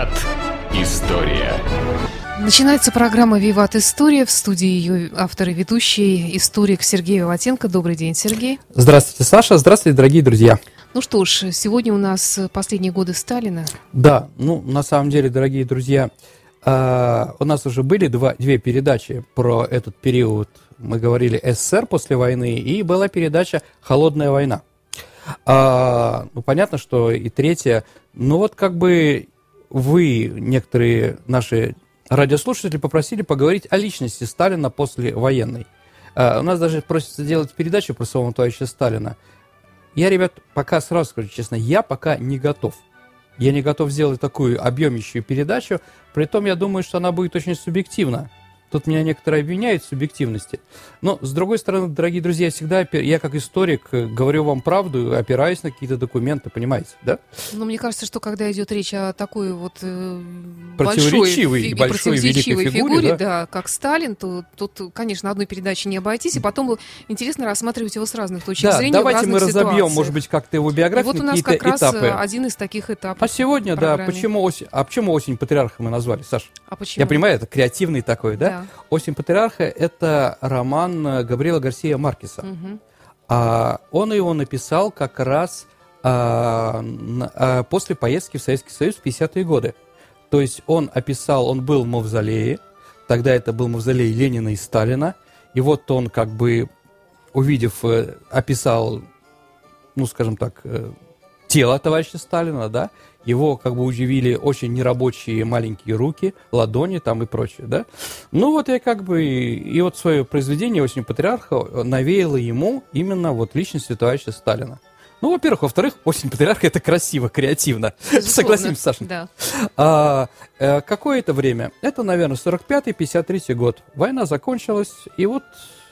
Виват. История. Начинается программа «Виват. История». В студии ее автор и ведущий, историк Сергей Виватенко. Добрый день, Сергей. Здравствуйте, Саша. Здравствуйте, дорогие друзья. Ну что ж, сегодня у нас последние годы Сталина. Да, на самом деле, дорогие друзья, у нас уже были две передачи про этот период. Мы говорили СССР после войны, и была передача «Холодная война». Понятно, что и третья. Вы, некоторые наши радиослушатели, попросили поговорить о личности Сталина послевоенной. У нас даже просится делать передачу про самого товарища Сталина. Я, ребят, пока сразу скажу честно, я пока не готов. Я не готов сделать такую объемищую передачу, при том я думаю, что она будет очень субъективна. Тут меня некоторые обвиняют в субъективности. Но, с другой стороны, дорогие друзья, я как историк говорю вам правду, опираюсь на какие-то документы, понимаете, да? Но мне кажется, что когда идет речь о такой вот противоречивой великой фигуре, да, как Сталин, то тут, конечно, одной передачи не обойтись, и потом интересно рассматривать его с разных точек зрения, давайте мы разобьем, ситуациях. Может быть, как-то его биографию, какие-то этапы. И вот у нас как раз один из таких этапов. А сегодня, почему «Осень патриарха» мы назвали, Саш? А почему? Я понимаю, это креативный такой, да? «Осень патриарха» — это роман Габриэла Гарсия Маркеса. Он его написал как раз после поездки в Советский Союз в 50-е годы. То есть он был в мавзолее, тогда это был мавзолей Ленина и Сталина, и вот он, описал, скажем так, тело товарища Сталина, да, его удивили очень нерабочие маленькие руки, ладони там и прочее, да. И вот свое произведение «Осень патриарха» навеяло ему именно личностью товарища Сталина. Во-первых. Во-вторых, «Осень патриарха» — это красиво, креативно. Согласимся, Саша? Да. Какое-то время, это, наверное, 45-53 год, война закончилась, и в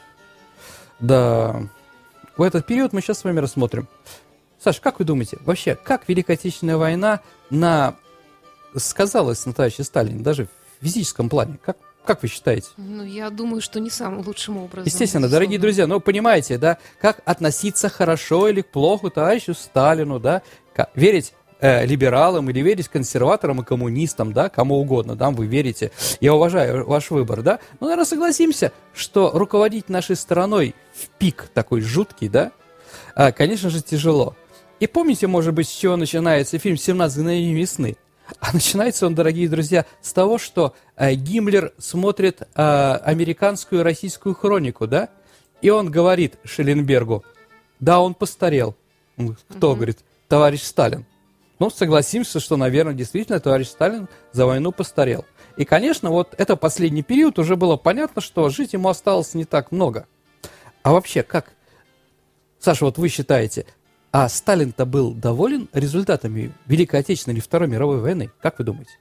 этот период мы сейчас с вами рассмотрим. Саш, как вы думаете, вообще, как Великая Отечественная война сказалась на товарище Сталине, даже в физическом плане? Как вы считаете? Я думаю, что не самым лучшим образом. Естественно, дорогие друзья, понимаете, да, как относиться хорошо или плохо к товарищу Сталину, да, верить либералам или верить консерваторам и коммунистам, да, кому угодно, да, вы верите. Я уважаю ваш выбор, да. Наверное, согласимся, что руководить нашей страной в пик такой жуткий, да, конечно же, тяжело. И помните, может быть, с чего начинается фильм «17 мгновений весны»? А начинается он, дорогие друзья, с того, что Гиммлер смотрит американскую и российскую хронику, да? И он говорит Шелленбергу: да, он постарел. Кто говорит? Товарищ Сталин. Согласимся, что, наверное, действительно товарищ Сталин за войну постарел. И, конечно, это последний период, уже было понятно, что жить ему осталось не так много. А вообще, как? Саша, вы считаете, Сталин-то был доволен результатами Великой Отечественной или Второй мировой войны? Как вы думаете?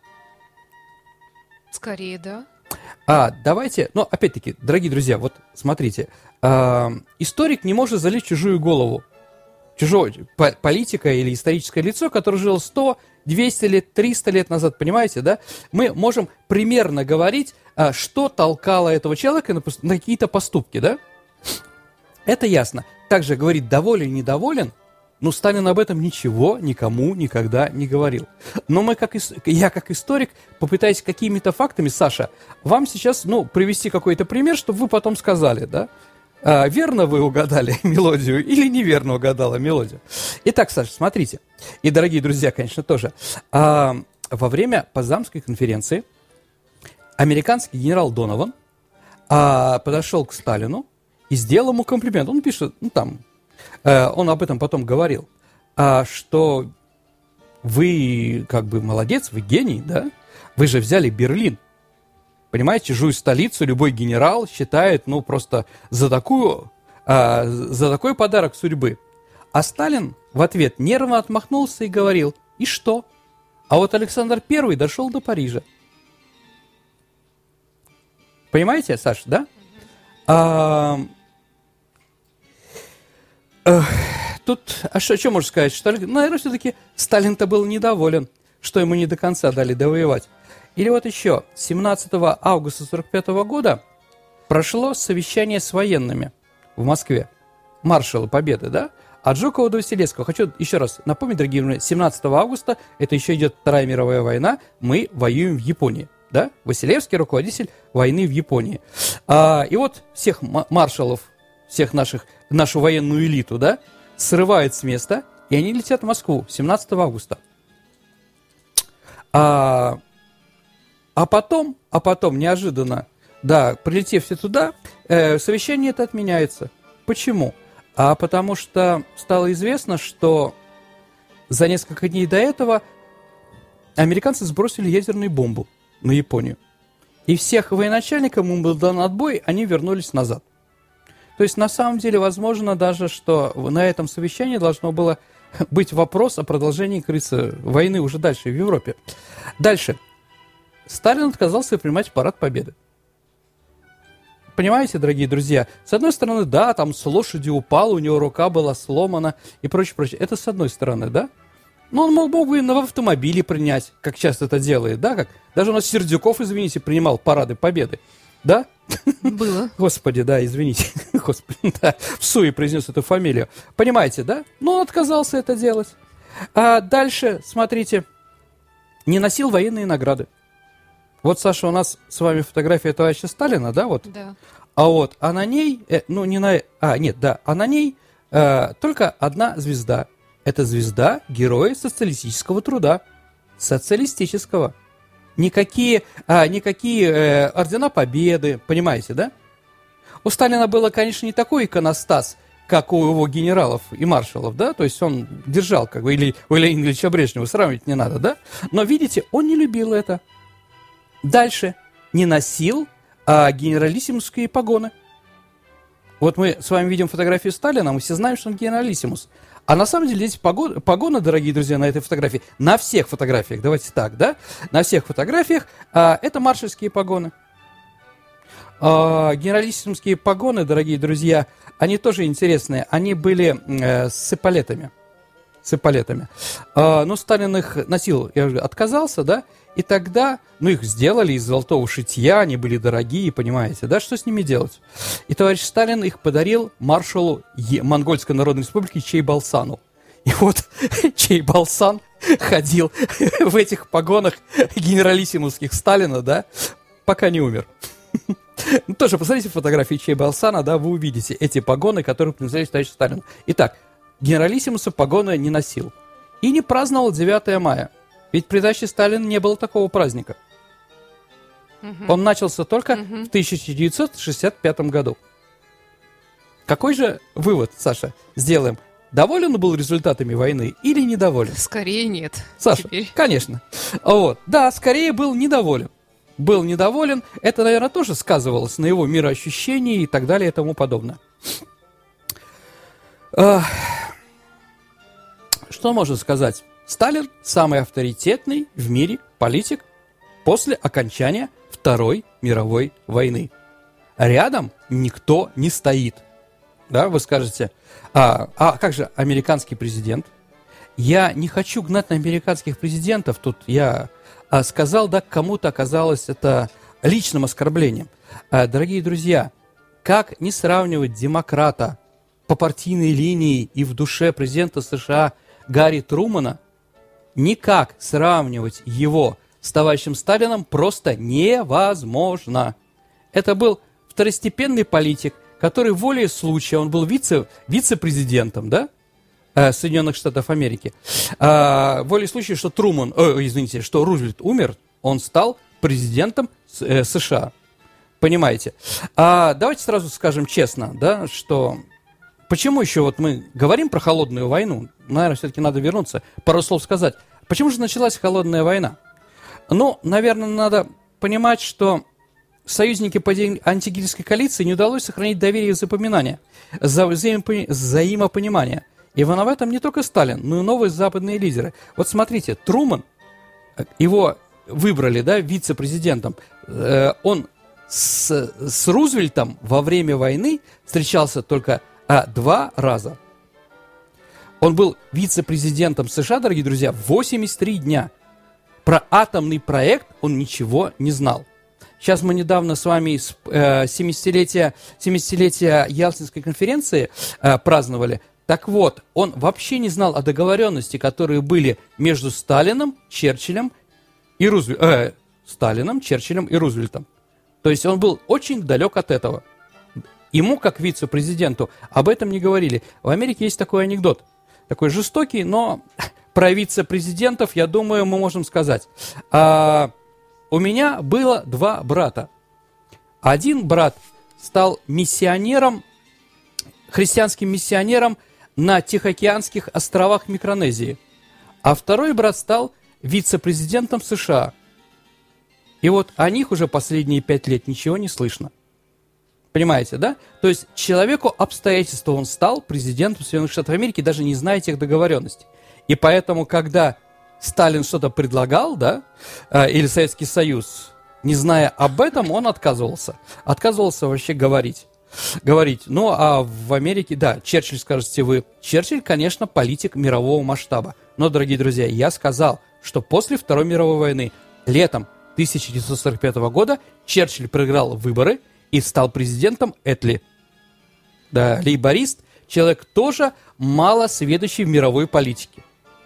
Скорее, да. Давайте, опять-таки, дорогие друзья, смотрите, историк не может залить чужую голову, чужого политика или историческое лицо, которое жило 100, 200 лет, 300 лет назад, понимаете, да? Мы можем примерно говорить, что толкало этого человека на какие-то поступки, да? Это ясно. Также говорить доволен, недоволен, Сталин об этом ничего никому никогда не говорил. Но я как историк попытаюсь какими-то фактами, Саша, вам сейчас, привести какой-то пример, чтобы вы потом сказали, да, верно вы угадали мелодию или неверно угадала мелодию. Итак, Саша, смотрите, и дорогие друзья, конечно, тоже, во время Потсдамской конференции американский генерал Донован подошел к Сталину и сделал ему комплимент. Он пишет, он об этом потом говорил, что вы молодец, вы гений, да? Вы же взяли Берлин. Понимаете, чужую столицу любой генерал считает, просто за такой подарок судьбы. А Сталин в ответ нервно отмахнулся и говорил: и что? А Александр I дошел до Парижа. Понимаете, Саша, да? Тут, что можно сказать? Что, наверное, все-таки Сталин-то был недоволен, что ему не до конца дали довоевать. Или еще, 17 августа 1945 года прошло совещание с военными в Москве. Маршалы Победы, да? От Жукова до Василевского. Хочу еще раз напомнить, дорогие друзья, 17 августа, это еще идет Вторая мировая война, мы воюем в Японии. Да? Василевский руководитель войны в Японии. И вот всех маршалов, всех нашу военную элиту, да, срывают с места, и они летят в Москву 17 августа. А потом неожиданно, да, прилетев все туда, совещание это отменяется. Почему? Потому что стало известно, что за несколько дней до этого американцы сбросили ядерную бомбу на Японию. И всех военачальникам им был дан отбой, они вернулись назад. То есть, на самом деле, возможно даже, что на этом совещании должно было быть вопрос о продолжении, как говорится, войны уже дальше в Европе. Дальше. Сталин отказался принимать парад Победы. Понимаете, дорогие друзья? С одной стороны, да, там с лошади упал, у него рука была сломана и прочее, прочее. Это с одной стороны, да? Но он мог бы и в автомобиле принять, как часто это делает, да? Как? Даже у нас Сердюков, извините, принимал парады Победы. Да? Было. Господи, да, извините. Господи, да, в суе произнес эту фамилию. Понимаете, да? Но он отказался это делать. А дальше, смотрите, не носил военные награды. Вот, Саша, у нас с вами фотография товарища Сталина, да, вот? Да. А на ней, а на ней только одна звезда. Это звезда Героя социалистического труда. Социалистического. Никакие ордена Победы, понимаете, да? У Сталина было, конечно, не такой иконостас, как у его генералов и маршалов, да? То есть он держал, как бы, или у Леонида Ильича Брежнева, сравнивать не надо, да? Но, видите, он не любил это. Дальше. Не носил генералиссимусские погоны. Вот мы с вами видим фотографию Сталина, мы все знаем, что он генералиссимус. А на самом деле эти погоны, дорогие друзья, на этой фотографии, на всех фотографиях, давайте так, да, на всех фотографиях, это маршальские погоны. Генералиссимские погоны, дорогие друзья, они тоже интересные, они были с эполетами. Но Сталин их носил, я уже отказался, да, и тогда, их сделали из золотого шитья, они были дорогие, понимаете, да, что с ними делать? И товарищ Сталин их подарил маршалу Монгольской Народной Республики Чейбалсану. И вот Чейбалсан ходил в этих погонах генералиссимусских Сталина, да, пока не умер. Тоже посмотрите фотографии Чейбалсана, да, вы увидите эти погоны, которые принадлежали товарищу Сталину. Итак, генералиссимуса погоны не носил. И не праздновал 9 мая. Ведь при даче Сталина не было такого праздника. Он начался только в 1965 году. Какой же вывод, Саша, сделаем? Доволен он был результатами войны или недоволен? Скорее нет. Саша, Теперь. Конечно. Вот. Да, скорее был недоволен. Был недоволен. Это, наверное, тоже сказывалось на его мироощущении и так далее и тому подобное. Что можно сказать? Сталин самый авторитетный в мире политик после окончания Второй мировой войны. Рядом никто не стоит. Да, вы скажете, как же американский президент? Я не хочу гнать на американских президентов. Тут я сказал, да, кому-то оказалось это личным оскорблением. Дорогие друзья, как не сравнивать демократа по партийной линии и в душе президента США Гарри Трумана, никак сравнивать его с товарищем Сталином просто невозможно. Это был второстепенный политик, который волей случая, он был вице-президентом, да, Соединенных Штатов Америки. Волей случая, что что Рузвельт умер, он стал президентом США. Понимаете? Давайте сразу скажем честно, да, что почему еще вот мы говорим про холодную войну? Наверное, все-таки надо вернуться, пару слов сказать. Почему же началась холодная война? Ну, наверное, надо понимать, что союзники по антигитлеровской коалиции не удалось сохранить доверие и взаимопонимание. И в этом не только Сталин, но и новые западные лидеры. Вот смотрите, Труман, его выбрали, да, вице-президентом, он с Рузвельтом во время войны встречался только 2 раза. Он был вице-президентом США, дорогие друзья, 83 дня. Про атомный проект он ничего не знал. Сейчас мы недавно с вами 70-летие Ялтинской конференции праздновали. Так вот, он вообще не знал о договоренности, которые были между Сталином, Черчиллем и Рузвельтом. То есть он был очень далек от этого. Ему, как вице-президенту, об этом не говорили. В Америке есть такой анекдот, такой жестокий, но про вице-президентов, я думаю, мы можем сказать. У меня было 2 брата. Один брат стал миссионером, христианским миссионером на Тихоокеанских островах Микронезии, а второй брат стал вице-президентом США. И вот о них уже последние 5 лет ничего не слышно. Понимаете, да? То есть человеку обстоятельства, он стал президентом Соединенных Штатов Америки, даже не зная этих договоренностей. И поэтому, когда Сталин что-то предлагал, да, или Советский Союз, не зная об этом, он отказывался. Отказывался вообще говорить. Ну, а в Америке, да, Черчилль, скажете вы. Черчилль, конечно, политик мирового масштаба. Но, дорогие друзья, я сказал, что после Второй мировой войны, летом 1945 года, Черчилль проиграл выборы и стал президентом Этли. Да, лейборист, человек тоже мало сведущий в мировой политике.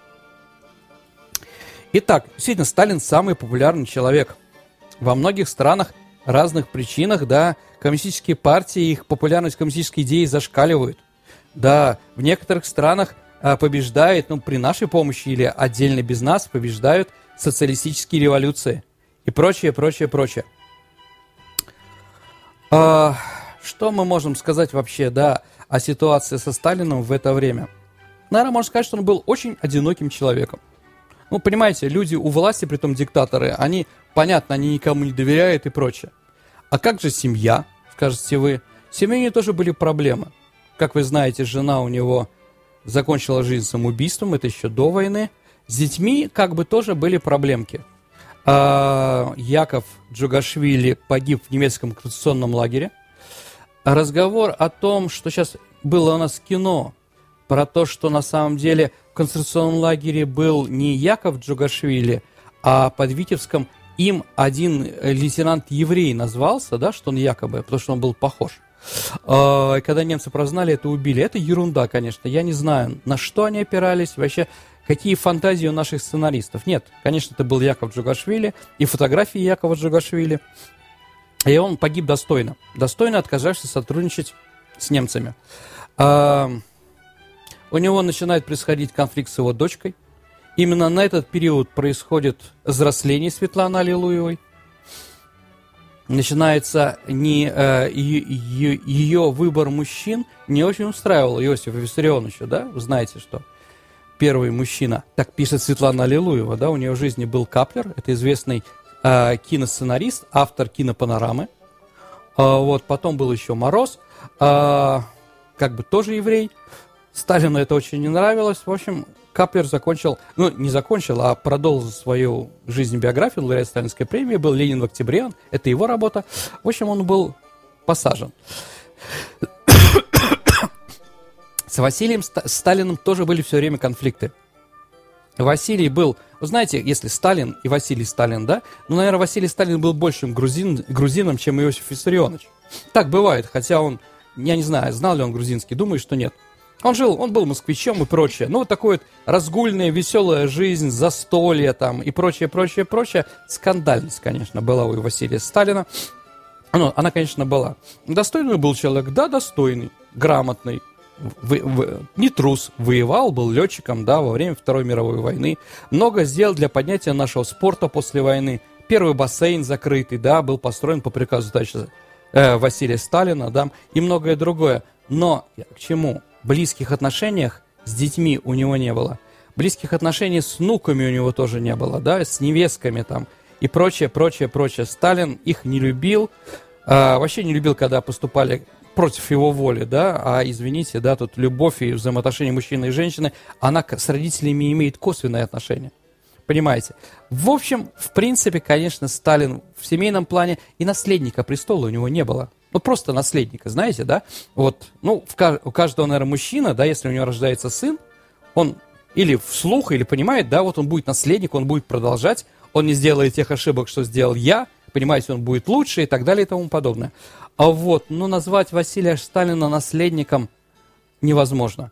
Итак, действительно, Сталин самый популярный человек. Во многих странах, разных причинах, да, коммунистические партии, их популярность коммунистической идеи зашкаливают. Да, в некоторых странах побеждает, при нашей помощи или отдельно без нас, побеждают социалистические революции и прочее. Что мы можем сказать вообще, да, о ситуации со Сталином в это время? Наверное, можно сказать, что он был очень одиноким человеком. Понимаете, люди у власти, притом диктаторы, они, понятно, они никому не доверяют и прочее. А как же семья, скажете вы? В семье у него тоже были проблемы. Как вы знаете, жена у него закончила жизнь самоубийством, это еще до войны. С детьми тоже были проблемки. Яков Джугашвили погиб в немецком концентрационном лагере. Разговор о том, что сейчас было у нас кино, про то, что на самом деле в концентрационном лагере был не Яков Джугашвили, а под Витебском им один лейтенант-еврей назвался, да, что он якобы, потому что он был похож. И когда немцы прознали, это убили. Это ерунда, конечно. Я не знаю, на что они опирались, вообще, какие фантазии у наших сценаристов. Нет, конечно, это был Яков Джугашвили и фотографии Якова Джугашвили. И он погиб достойно, отказавшись сотрудничать с немцами. У него начинает происходить конфликт с его дочкой. Именно на этот период происходит взросление Светланы Аллилуевой. Начинается ее выбор мужчин не очень устраивал Иосифа Виссарионовича, да? Вы знаете, что первый мужчина, так пишет Светлана Аллилуева, да, у нее в жизни был Каплер, это известный киносценарист, автор кинопанорамы. Потом был еще Мороз, тоже еврей. Сталину это очень не нравилось. В общем, Каплер не закончил, а продолжил свою жизнь-биографию, лауреат Сталинской премии, был «Ленин в октябре», это его работа. В общем, он был посажен. С Василием Сталиным тоже были все время конфликты. Василий был, вы знаете, если Сталин и Василий Сталин, да, наверное, Василий Сталин был большим грузином, чем Иосиф Виссарионович. Так бывает, хотя он, я не знаю, знал ли он грузинский, думаю, что нет. Он был москвичом и прочее. Такой разгульная, веселая жизнь, застолье там и прочее. Скандальность, конечно, была у Василия Сталина. Она, конечно, была. Достойный был человек, да, достойный, грамотный. Не трус, воевал, был летчиком, да, во время Второй мировой войны. Много сделал для поднятия нашего спорта после войны. Первый бассейн закрытый, да, был построен по приказу товарища Василия Сталина, да, и многое другое. Но к чему? Близких отношениях с детьми у него не было. Близких отношений с внуками у него тоже не было, да, с невестками там и прочее. Сталин их не любил, вообще не любил, когда поступали против его воли, да, извините, да, тут любовь и взаимоотношения мужчины и женщины, она с родителями имеет косвенное отношение. Понимаете? В общем, в принципе, конечно, Сталин в семейном плане и наследника престола у него не было. Просто наследника, знаете, да? У каждого, наверное, мужчина, да, если у него рождается сын, он или вслух, или понимает, да, он будет наследник, он будет продолжать, он не сделает тех ошибок, что сделал я, понимаете, он будет лучше и так далее и тому подобное. Назвать Василия Сталина наследником невозможно.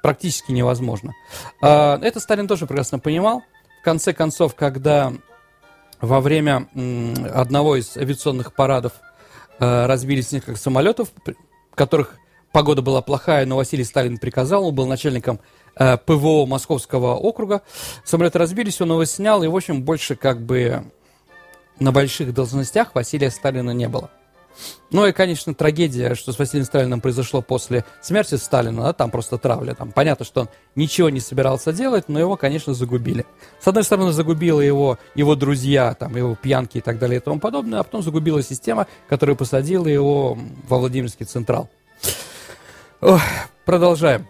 практически невозможно. Это Сталин тоже прекрасно понимал. В конце концов, когда во время одного из авиационных парадов разбились несколько самолетов, в которых погода была плохая, но Василий Сталин приказал, он был начальником ПВО Московского округа, самолеты разбились, он его снял, и, в общем, больше как бы на больших должностях Василия Сталина не было. Ну и, конечно, трагедия, что с Василием Сталиным произошло после смерти Сталина, да, там просто травля. Там понятно, что он ничего не собирался делать, но его, конечно, загубили. С одной стороны, загубило его друзья, там, его пьянки и так далее и тому подобное, а потом загубила система, которая посадила его во Владимирский Централ. Продолжаем.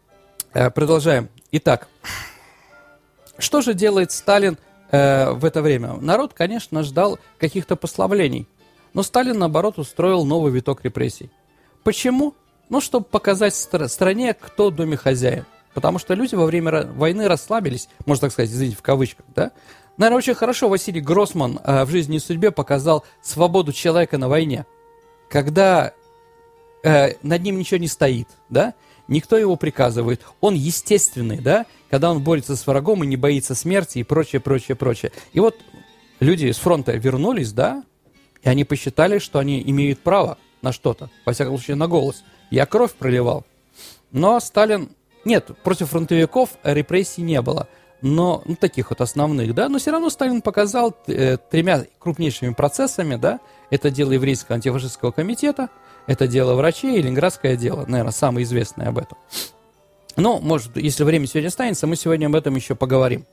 Итак, что же делает Сталин в это время? Народ, конечно, ждал каких-то послаблений. Но Сталин, наоборот, устроил новый виток репрессий. Почему? Ну, чтобы показать стране, кто в доме хозяин. Потому что люди во время войны расслабились, можно так сказать, извините, в кавычках, да? Наверное, очень хорошо Василий Гроссман в «Жизни и судьбе» показал свободу человека на войне. Когда над ним ничего не стоит, да? Никто его приказывает. Он естественный, да? Когда он борется с врагом и не боится смерти и прочее, прочее, прочее. И вот люди с фронта вернулись, да? И они посчитали, что они имеют право на что-то, во всяком случае на голос. Я кровь проливал. Но Сталин... Нет, против фронтовиков репрессий не было. Но, ну, таких вот основных, да. Но все равно Сталин показал тремя крупнейшими процессами, да. Это дело Еврейского антифашистского комитета, это дело врачей и Ленинградское дело. Наверное, самое известное об этом. Но, может, если время сегодня останется, мы сегодня об этом еще поговорим.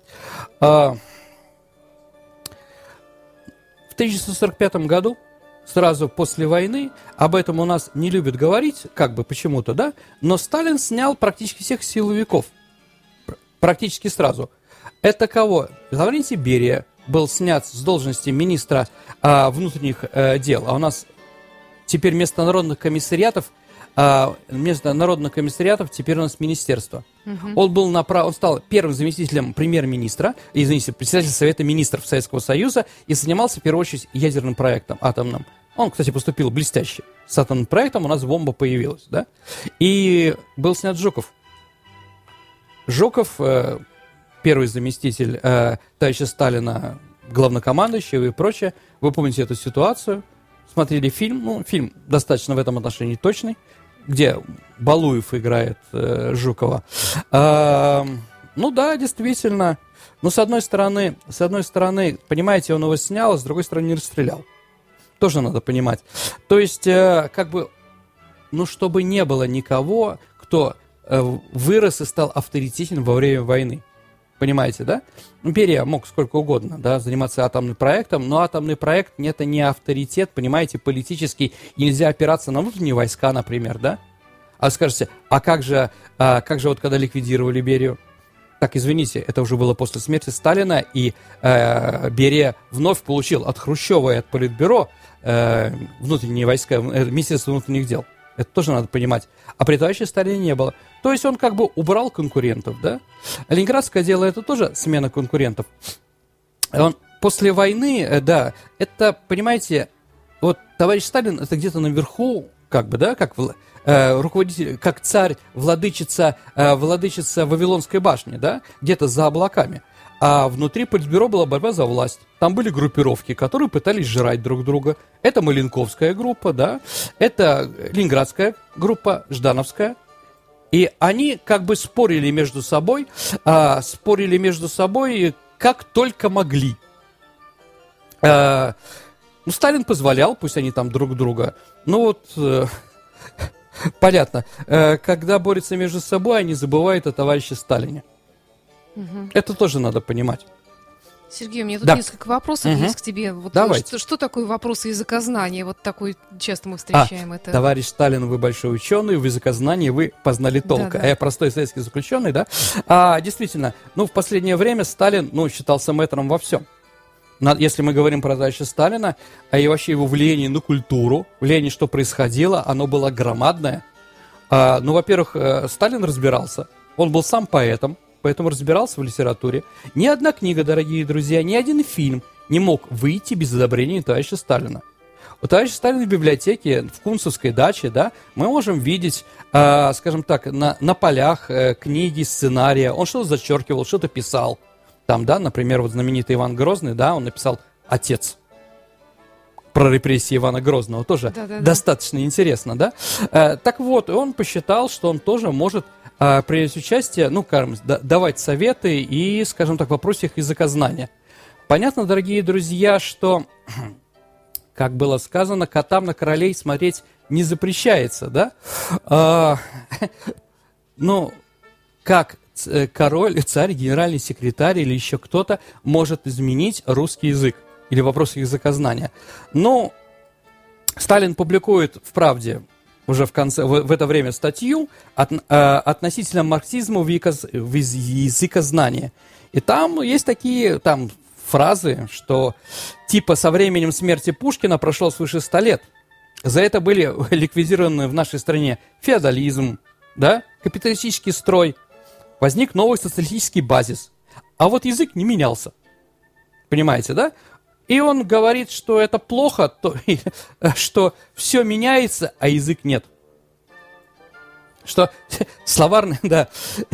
В 1945 году, сразу после войны, об этом у нас не любят говорить, как бы почему-то, да, но Сталин снял практически всех силовиков. Практически сразу. Это кого? Лаврентий Берия был снят с должности министра внутренних дел. А у нас теперь вместо народных комиссариатов теперь у нас министерство. Он стал первым заместителем премьер-министра, председателем Совета министров Советского Союза и занимался, в первую очередь, ядерным проектом атомным. Он, кстати, поступил блестяще. С атомным проектом у нас бомба появилась, да? И был снят Жуков. Жуков, первый заместитель товарища Сталина, главнокомандующего и прочее. Вы помните эту ситуацию? Смотрели фильм, ну, фильм достаточно в этом отношении точный, где Балуев играет Жукова. Ну да, действительно. Но с одной стороны, понимаете, он его снял, а с другой стороны не расстрелял. Тоже надо понимать. То есть, как бы, ну, чтобы не было никого, кто вырос и стал авторитетен во время войны. Понимаете, да? Берия мог сколько угодно, да, заниматься атомным проектом, но атомный проект это не авторитет, понимаете, политический, и нельзя опираться на внутренние войска, например, да? А скажете, а как же вот когда ликвидировали Берию? Так, извините, это уже было после смерти Сталина, и Берия вновь получил от Хрущева и от Политбюро внутренние войска, Министерство внутренних дел. Это тоже надо понимать. А при товарище Сталине не было. То есть он как бы убрал конкурентов, да? Ленинградское дело это тоже смена конкурентов. Он после войны, да, это, понимаете, вот товарищ Сталин это где-то наверху, как бы, да, как руководитель, как царь, владычица Вавилонской башни, да, где-то за облаками. А внутри Политбюро была борьба за власть. Там были группировки, которые пытались жрать друг друга. Это Маленковская группа, да, это Ленинградская группа, Ждановская. И они как бы спорили между собой как только могли. Ну, Сталин позволял, пусть они там друг друга. Ну вот, понятно, когда борются между собой, они забывают о товарище Сталине. Это тоже надо понимать. Сергей, у меня тут несколько вопросов есть к тебе. Вот что такое вопросы языкознания? Вот такой часто мы встречаем это. Товарищ Сталин, вы большой ученый, в языкознании вы познали толк. Да. А я простой советский заключенный, да? Действительно, ну, в последнее время Сталин, ну, считался мэтром во всем. Если мы говорим про товарища Сталина, и вообще его влияние на культуру, влияние, что происходило, оно было громадное. Ну, во-первых, Сталин разбирался. Он был сам поэтом. Поэтому разбирался в литературе. Ни одна книга, дорогие друзья, ни один фильм не мог выйти без одобрения товарища Сталина. У товарища Сталина в библиотеке, в Кунцевской даче, да, мы можем видеть, скажем так, на полях книги, сценария. Он что-то зачеркивал, что-то писал. Там, да, например, вот знаменитый Иван Грозный, да, он написал «Отец». Про репрессии Ивана Грозного тоже достаточно интересно, да? Так вот, он посчитал, что он тоже может принять участие, ну, скажем, давать советы и, скажем так, в вопросах языкознания. Понятно, дорогие друзья, что, как было сказано, котам на королей смотреть не запрещается, да? Ну, как король, царь, генеральный секретарь или еще кто-то может изменить русский язык или вопросы языкознания. Но Сталин публикует в «Правде» уже в это время статью относительно марксизма в языкознании. И там есть такие фразы, что типа со временем смерти Пушкина прошло свыше 100 лет. За это были ликвидированы в нашей стране феодализм, да, капиталистический строй, возник новый социалистический базис. А вот язык не менялся. Понимаете, да? И он говорит, что это плохо, что все меняется, а язык нет. Что словарный, да.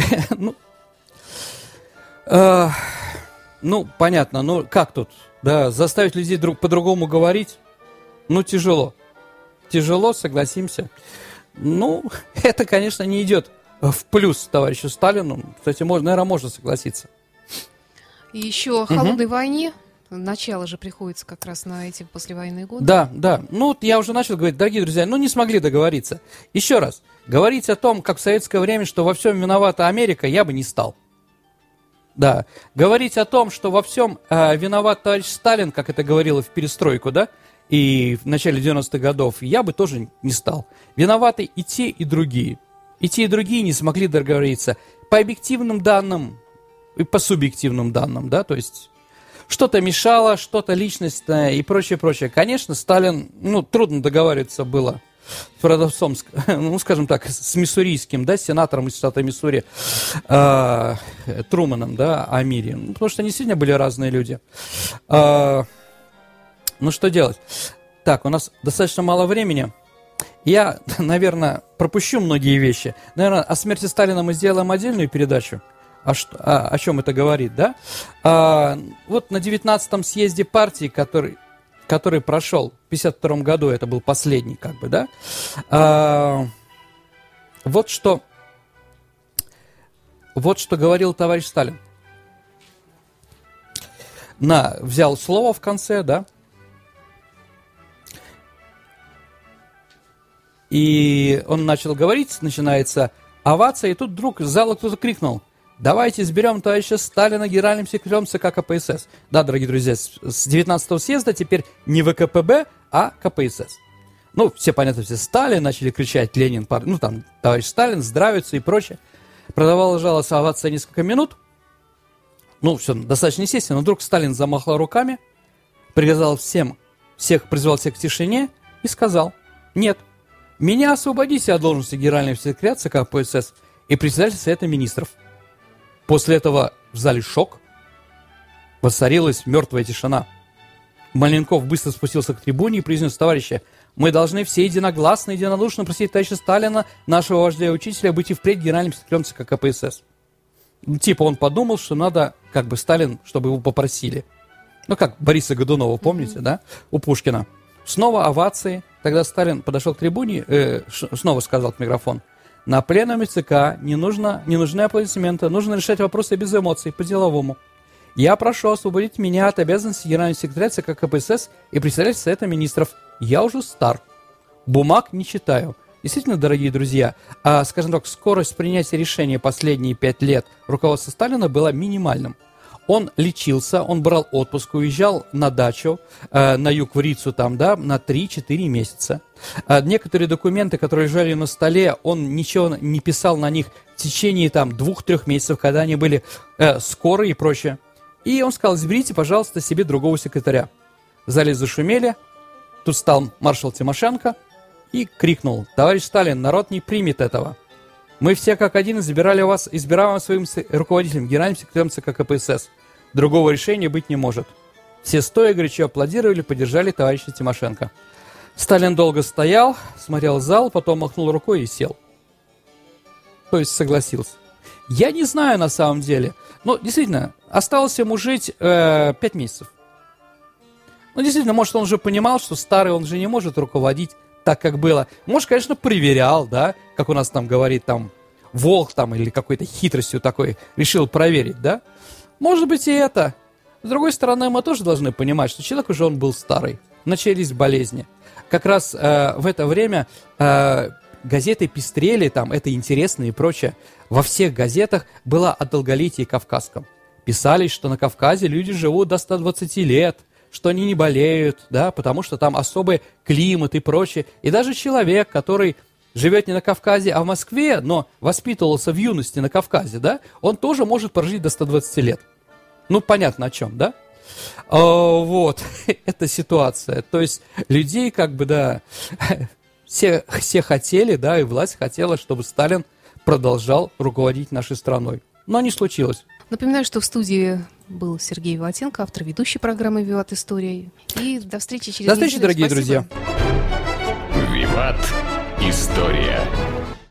Ну, понятно, ну как тут? Да, заставить людей по-другому говорить, ну, тяжело. Тяжело, согласимся. Ну, это, конечно, не идет в плюс товарищу Сталину. Кстати, наверное, можно согласиться. И еще о холодной войне. Начало же приходится как раз на эти послевоенные годы. Да, да. Ну, я уже начал говорить, дорогие друзья, не смогли договориться. Еще раз, говорить о том, как в советское время, что во всем виновата Америка, я бы не стал. Да. Говорить о том, что во всем виноват товарищ Сталин, как это говорило в перестройку, да, и в начале 90-х годов, я бы тоже не стал. Виноваты и те, и другие. И те, и другие не смогли договориться по объективным данным и по субъективным данным, да, то есть что-то мешало, что-то личностное и прочее, прочее. Конечно, Сталин, трудно договариваться было с продавцом, скажем так, с миссурийским, да, сенатором из штата Миссури, Трумэном, да, о мире. Потому что они действительно были разные люди. Что делать? Так, у нас достаточно мало времени. Я, наверное, пропущу многие вещи. Наверное, о смерти Сталина мы сделаем отдельную передачу. О чем это говорит, да? Вот на 19-м съезде партии, который прошел в 1952 году, это был последний, как бы, да? Вот что говорил товарищ Сталин. Взял слово в конце, да? И он начал говорить, начинается овация, и тут вдруг из зала кто-то крикнул: «Давайте изберем товарища Сталина генеральным секретарем ЦК КПСС». Да, дорогие друзья, с 19-го съезда теперь не ВКПБ, а КПСС. Все, понятно, все Сталин, начали кричать «Ленин», товарищ Сталин, здравица и прочее. Продолжалась овация несколько минут. Все достаточно естественно, но вдруг Сталин замахал руками, призвал всех к тишине и сказал: «Нет, меня освободите от должности генерального секретаря ЦК КПСС и председателя Совета Министров». После этого в зале шок, воцарилась мертвая тишина. Маленков быстро спустился к трибуне и произнес: «Товарищи, мы должны все единодушно просить товарища Сталина, нашего вождя и учителя, быть и впредь генеральным секретарем ЦК КПСС». Он подумал, что надо, Сталин, чтобы его попросили. Как Бориса Годунова, помните, да, у Пушкина. Снова овации. Тогда Сталин подошел к трибуне, снова сказал в микрофон: «На пленуме ЦК не нужны аплодисменты, нужно решать вопросы без эмоций, по-деловому. Я прошу освободить меня от обязанности генерального секретаря ЦК КПСС и председателя Совета Министров. Я уже стар. Бумаг не читаю». Действительно, дорогие друзья, скажем так, скорость принятия решения последние 5 лет руководства Сталина была минимальным. Он лечился, он брал отпуск, уезжал на дачу, на юг в Рицу, на 3-4 месяца. Некоторые документы, которые лежали на столе, он ничего не писал на них в течение 2-3 месяцев, когда они были скорые и прочее. И он сказал: «Изберите, пожалуйста, себе другого секретаря». В зале зашумели, тут стал маршал Тимошенко и крикнул: «Товарищ Сталин, народ не примет этого. Мы все как один избираем вас своим руководителем, генеральным секретарем ЦК КПСС. Другого решения быть не может». Все стоя горячо аплодировали, поддержали товарища Тимошенко. Сталин долго стоял, смотрел в зал, потом махнул рукой и сел. То есть согласился. Я не знаю на самом деле. Но действительно, осталось ему жить 5 месяцев. Ну, действительно, может, он уже понимал, что старый он же не может руководить так, как было. Может, конечно, проверял, да, как у нас там говорит, там, волк там или какой-то хитростью такой решил проверить, да. Может быть, и это. С другой стороны, мы тоже должны понимать, что человек уже он был старый. Начались болезни. Как раз в это время газеты пестрели, там, это интересно и прочее. Во всех газетах было о долголетии кавказском. Писали, что на Кавказе люди живут до 120 лет, что они не болеют, да, потому что там особый климат и прочее. И даже человек, который живет не на Кавказе, а в Москве, но воспитывался в юности на Кавказе, да, он тоже может прожить до 120 лет. Ну, понятно о чем, да? Вот, эта ситуация. То есть людей как бы, да, все хотели, да, и власть хотела, чтобы Сталин продолжал руководить нашей страной. Но не случилось. Напоминаю, что в студии был Сергей Виватенко, автор ведущей программы «Виват. История». И до встречи через неделю. До встречи, дорогие Спасибо. друзья. Виват. История.